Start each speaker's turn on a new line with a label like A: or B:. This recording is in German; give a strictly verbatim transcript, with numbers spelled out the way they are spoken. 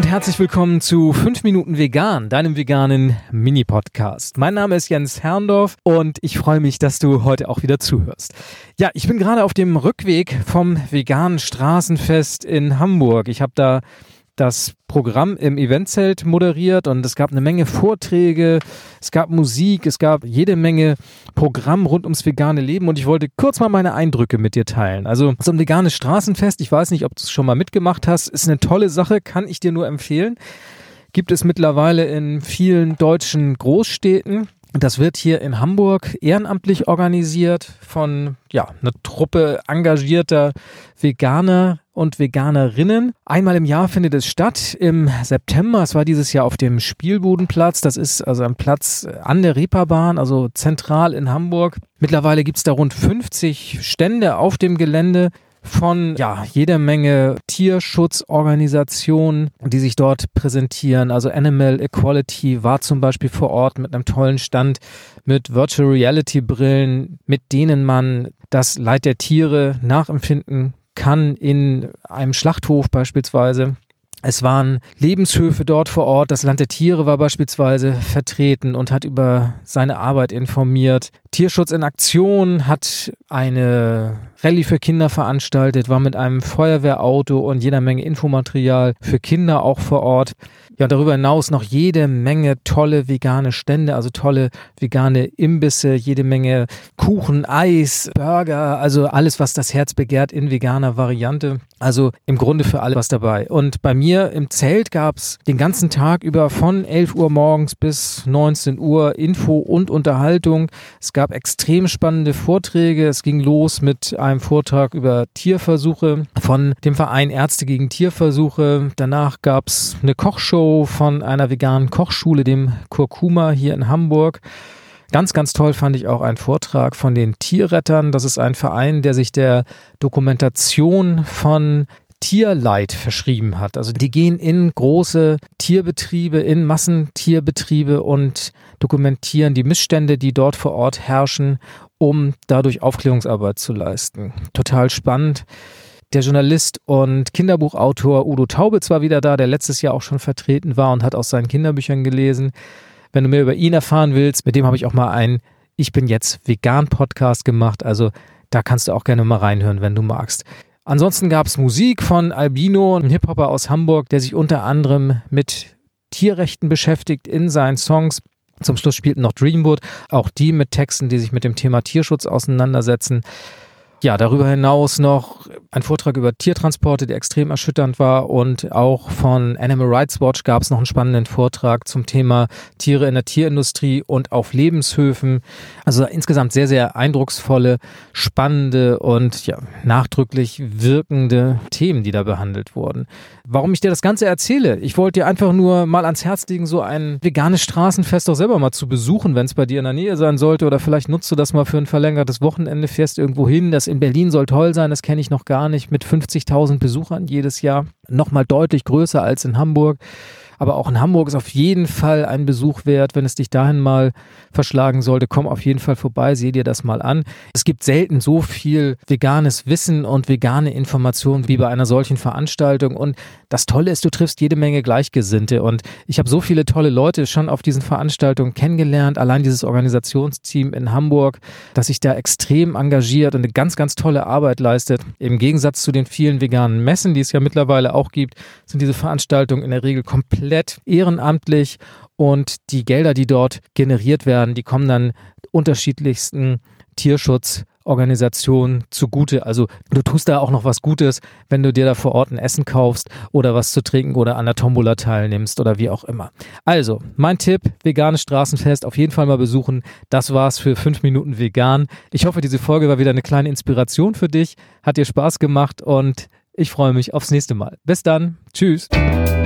A: herzlich willkommen zu fünf Minuten Vegan, deinem veganen Mini-Podcast. Mein Name ist Jens Herrndorf und ich freue mich, dass du heute auch wieder zuhörst. Ja, ich bin gerade auf dem Rückweg vom veganen Straßenfest in Hamburg. Ich habe da das Programm im Eventzelt moderiert und es gab eine Menge Vorträge, es gab Musik, es gab jede Menge Programm rund ums vegane Leben und ich wollte kurz mal meine Eindrücke mit dir teilen. Also so ein veganes Straßenfest, ich weiß nicht, ob du es schon mal mitgemacht hast, ist eine tolle Sache, kann ich dir nur empfehlen. Gibt es mittlerweile in vielen deutschen Großstädten. Das wird hier in Hamburg ehrenamtlich organisiert von ja, einer Truppe engagierter Veganer und Veganerinnen. Einmal im Jahr findet es statt, im September. Es war dieses Jahr auf dem Spielbudenplatz. Das ist also ein Platz an der Reeperbahn, also zentral in Hamburg. Mittlerweile gibt es da rund fünfzig Stände auf dem Gelände von ja, jeder Menge Tierschutzorganisationen, die sich dort präsentieren. Also Animal Equality war zum Beispiel vor Ort mit einem tollen Stand mit Virtual Reality Brillen, mit denen man das Leid der Tiere nachempfinden kann in einem Schlachthof beispielsweise. Es waren Lebenshöfe dort vor Ort. Das Land der Tiere war beispielsweise vertreten und hat über seine Arbeit informiert. Tierschutz in Aktion hat eine Rallye für Kinder veranstaltet, war mit einem Feuerwehrauto und jeder Menge Infomaterial für Kinder auch vor Ort. Ja, darüber hinaus noch jede Menge tolle vegane Stände, also tolle vegane Imbisse, jede Menge Kuchen, Eis, Burger, also alles, was das Herz begehrt in veganer Variante. Also im Grunde für alle was dabei. Und bei mir im Zelt gab es den ganzen Tag über von elf Uhr morgens bis neunzehn Uhr Info und Unterhaltung. Es gab extrem spannende Vorträge. Es ging los mit einem Vortrag über Tierversuche von dem Verein Ärzte gegen Tierversuche. Danach gab es eine Kochshow von einer veganen Kochschule, dem Kurkuma hier in Hamburg. Ganz, ganz toll fand ich auch einen Vortrag von den Tierrettern. Das ist ein Verein, der sich der Dokumentation von Tierleid verschrieben hat. Also die gehen in große Tierbetriebe, in Massentierbetriebe und dokumentieren die Missstände, die dort vor Ort herrschen, um dadurch Aufklärungsarbeit zu leisten. Total spannend. Der Journalist und Kinderbuchautor Udo Taubitz war wieder da, der letztes Jahr auch schon vertreten war und hat aus seinen Kinderbüchern gelesen. Wenn du mehr über ihn erfahren willst, mit dem habe ich auch mal einen Ich bin jetzt vegan Podcast gemacht, also da kannst du auch gerne mal reinhören, wenn du magst. Ansonsten gab es Musik von Albino, einem Hip-Hopper aus Hamburg, der sich unter anderem mit Tierrechten beschäftigt in seinen Songs. Zum Schluss spielten noch Dreamwood, auch die mit Texten, die sich mit dem Thema Tierschutz auseinandersetzen. Ja, darüber hinaus noch ein Vortrag über Tiertransporte, der extrem erschütternd war, und auch von Animal Rights Watch gab es noch einen spannenden Vortrag zum Thema Tiere in der Tierindustrie und auf Lebenshöfen. Also insgesamt sehr, sehr eindrucksvolle, spannende und ja, nachdrücklich wirkende Themen, die da behandelt wurden. Warum ich dir das Ganze erzähle? Ich wollte dir einfach nur mal ans Herz legen, so ein veganes Straßenfest doch selber mal zu besuchen, wenn es bei dir in der Nähe sein sollte, oder vielleicht nutzt du das mal für ein verlängertes Wochenende, fährst irgendwo hin. Das in Berlin soll toll sein, das kenne ich noch gar nicht, mit fünfzigtausend Besuchern jedes Jahr, nochmal deutlich größer als in Hamburg. Aber auch in Hamburg ist auf jeden Fall ein Besuch wert. Wenn es dich dahin mal verschlagen sollte, komm auf jeden Fall vorbei, seh dir das mal an. Es gibt selten so viel veganes Wissen und vegane Informationen wie bei einer solchen Veranstaltung. Und das Tolle ist, du triffst jede Menge Gleichgesinnte. Und ich habe so viele tolle Leute schon auf diesen Veranstaltungen kennengelernt. Allein dieses Organisationsteam in Hamburg, das sich da extrem engagiert und eine ganz, ganz tolle Arbeit leistet. Im Gegensatz zu den vielen veganen Messen, die es ja mittlerweile auch gibt, sind diese Veranstaltungen in der Regel komplett ehrenamtlich, und die Gelder, die dort generiert werden, die kommen dann unterschiedlichsten Tierschutzorganisationen zugute. Also du tust da auch noch was Gutes, wenn du dir da vor Ort ein Essen kaufst oder was zu trinken oder an der Tombola teilnimmst oder wie auch immer. Also mein Tipp, veganes Straßenfest auf jeden Fall mal besuchen. Das war's für fünf Minuten vegan. Ich hoffe, diese Folge war wieder eine kleine Inspiration für dich. Hat dir Spaß gemacht und ich freue mich aufs nächste Mal. Bis dann. Tschüss.